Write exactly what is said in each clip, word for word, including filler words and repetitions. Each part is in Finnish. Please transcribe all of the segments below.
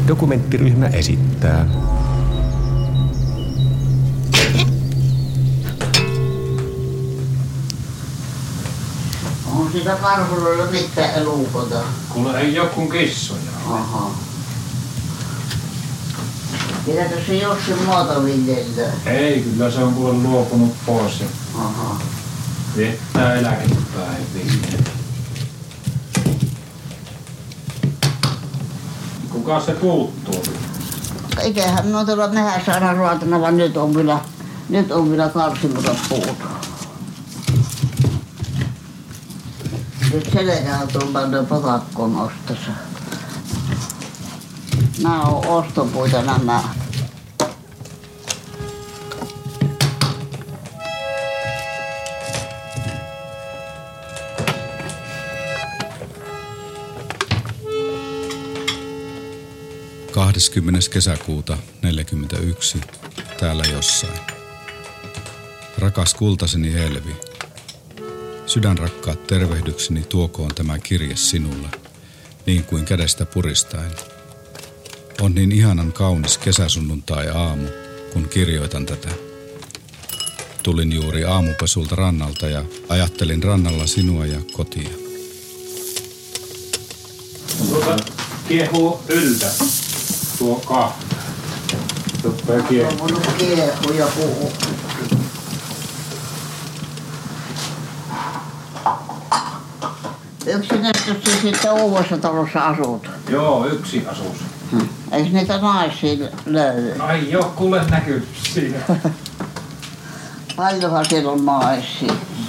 Dokumenttiryhmä esittää. On sitä karhulla mitään elukota. Kuule, ei oo kun kissoja. Aha. Pitääkö se Jussi maata viljellä? Ei, kyllä se on kuule luopunut pois ja Aha. viettää eläkepäiviä. Kuka se puuttuu? Itsehän me on tuolla mehässä aina ruotana, vaan nyt on vielä, nyt on vielä karsimuta puuta. Nyt selkään tuon paljon pakakkoon ostassa. Nämä on ostopuita nämä. kahdeskymmenes kesäkuuta neljäkymmentäyksi, täällä jossain. Rakas kultaseni Elvi, sydänrakkaat tervehdykseni tuokoon tämä kirje sinulle, niin kuin kädestä puristaen. On niin ihanan kaunis kesäsunnuntai-aamu, kun kirjoitan tätä. Tulin juuri aamupesulta rannalta ja ajattelin rannalla sinua ja kotia. Tuota kiehuu yltä. Tuo kahta. Tuppaa kiehuu. On mun kiehu ja puu. Yksinäisesti se sitten uudessa talossa asut. Joo, yksi asuus. Hmm. Eikö niitä naisia löydy? Ai joo, kuule näkyy siinä. Paljonhan siellä on naisia.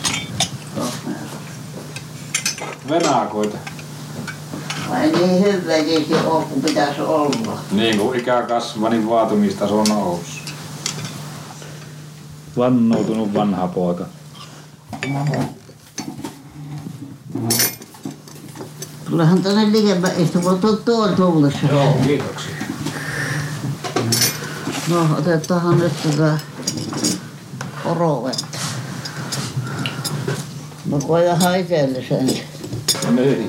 Venakoita. Vai niin hyväkin se on, kun pitäisi olla. Niin kuin ikä kasvaa, niin vaatumistaso nousi. Vannoutunut vanha poika. Tulehan tänne likempää istumaan tuon tullessa. Joo, kiitoksia. No, otetaanhan nyt tätä porovettä. No koidahan itsellisen. Niin.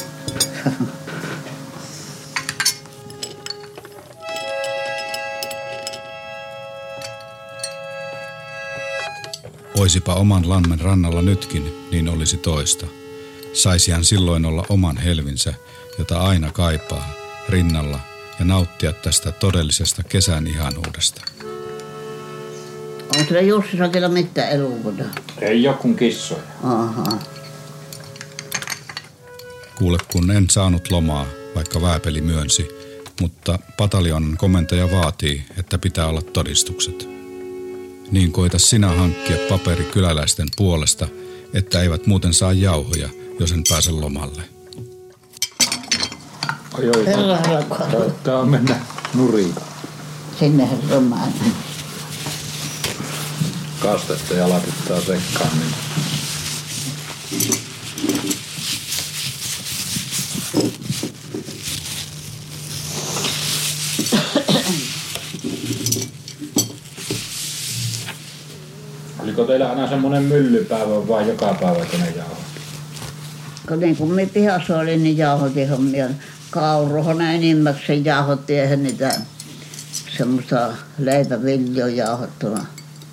Oisipa oman lammen rannalla nytkin, niin olisi toista. Saisihan silloin olla oman helvinsä, jota aina kaipaa, rinnalla ja nauttia tästä todellisesta kesän ihanuudesta. On siellä Jussisakilla mitään elukoita? Ei oo kun kissoja. Aha. Kuule, kun en saanut lomaa, vaikka Vääpeli myönsi, mutta pataljonan komentaja vaatii, että pitää olla todistukset. Niin koita sinä hankkia paperi kyläläisten puolesta, että eivät muuten saa jauhoja, jos en pääse lomalle. Oi, oi, Herra rakkaus. taitaa mennä nurin. Sinnehän se on määrä. Kastetta ja latittaa sekkaan. Niin. Oliko teillä aina semmoinen myllypäivä vai joka päivä ne jauhot? Kun niin kun minä pihassa olin, niin jauhotin hommia. Kaurohan enimmäkseen jauhotti, eihän niitä semmoista leipäviljoa jauhottuna.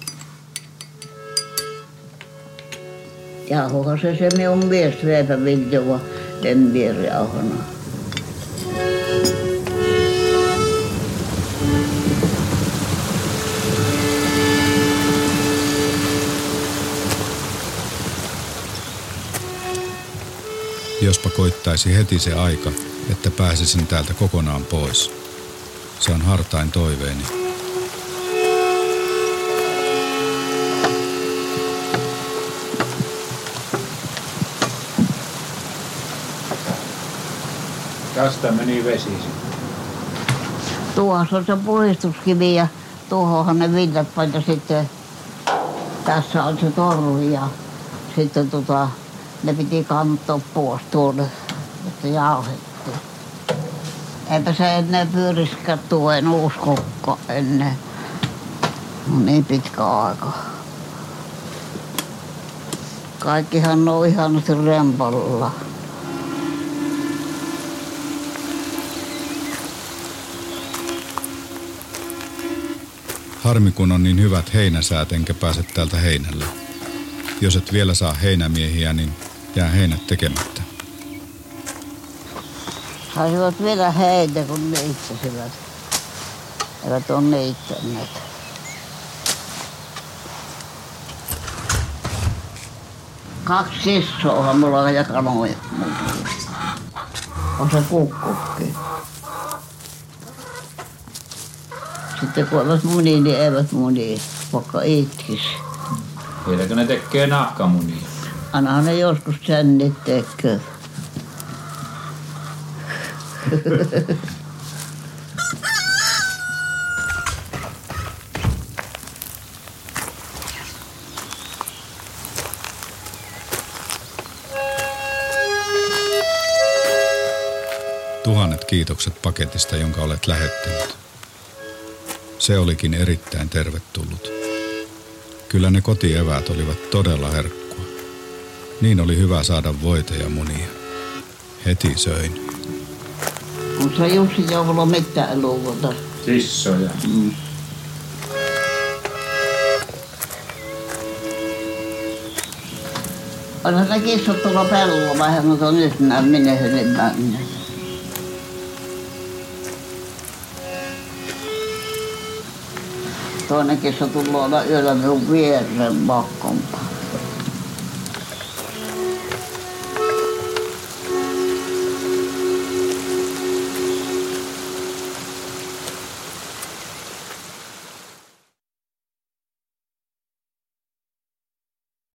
Jauhohan se se minun mies leipäviljoa, en minä jauhona. Jospa koittaisi heti se aika, että pääsisin täältä kokonaan pois. Se on hartain toiveeni. Tästä meni vesi. Tuossa on se puhdistuskivi ja tuohonhan ne villat paljon sitten. Tässä on se torvi ja sitten tota, ne piti kantaa pois tuonne, että jauhettiin. Eipä se ennen pyöriskään tuo, en uskokko ennen. No niin pitkä aika. Kaikkihan on ihanasti rempalla. Harmi kun on niin hyvät heinäsäät enkä pääse täältä heinälle. Jos et vielä saa heinämiehiä, niin jää heinät tekemättä. Saisivat vielä heitä, kun niittäisivät. Eivät ole niittäneet. Kaksi sissoahan mulla on ja kanoja. On se kukkukin. Sitten kun eivät muni, niin eivät muni, vaikka itkis. Vieläkö ne tekee nahkamunia? Ainahan ne joskus sen tekee. Tuhannet kiitokset paketista, jonka olet lähettänyt. Se olikin erittäin tervetullut. Kyllä ne kotieväät olivat todella herkkua. Niin oli hyvä saada voita ja munia. Heti söin. On se Jussi Jouvola mitään eluvuota. Sissoja. Mm. Onhan ne kissat tuolla pellolla vähän, mutta nyt näen minne hyvin mennä. Toinen kissa tulee olla yöllä minun viereen makkompaan.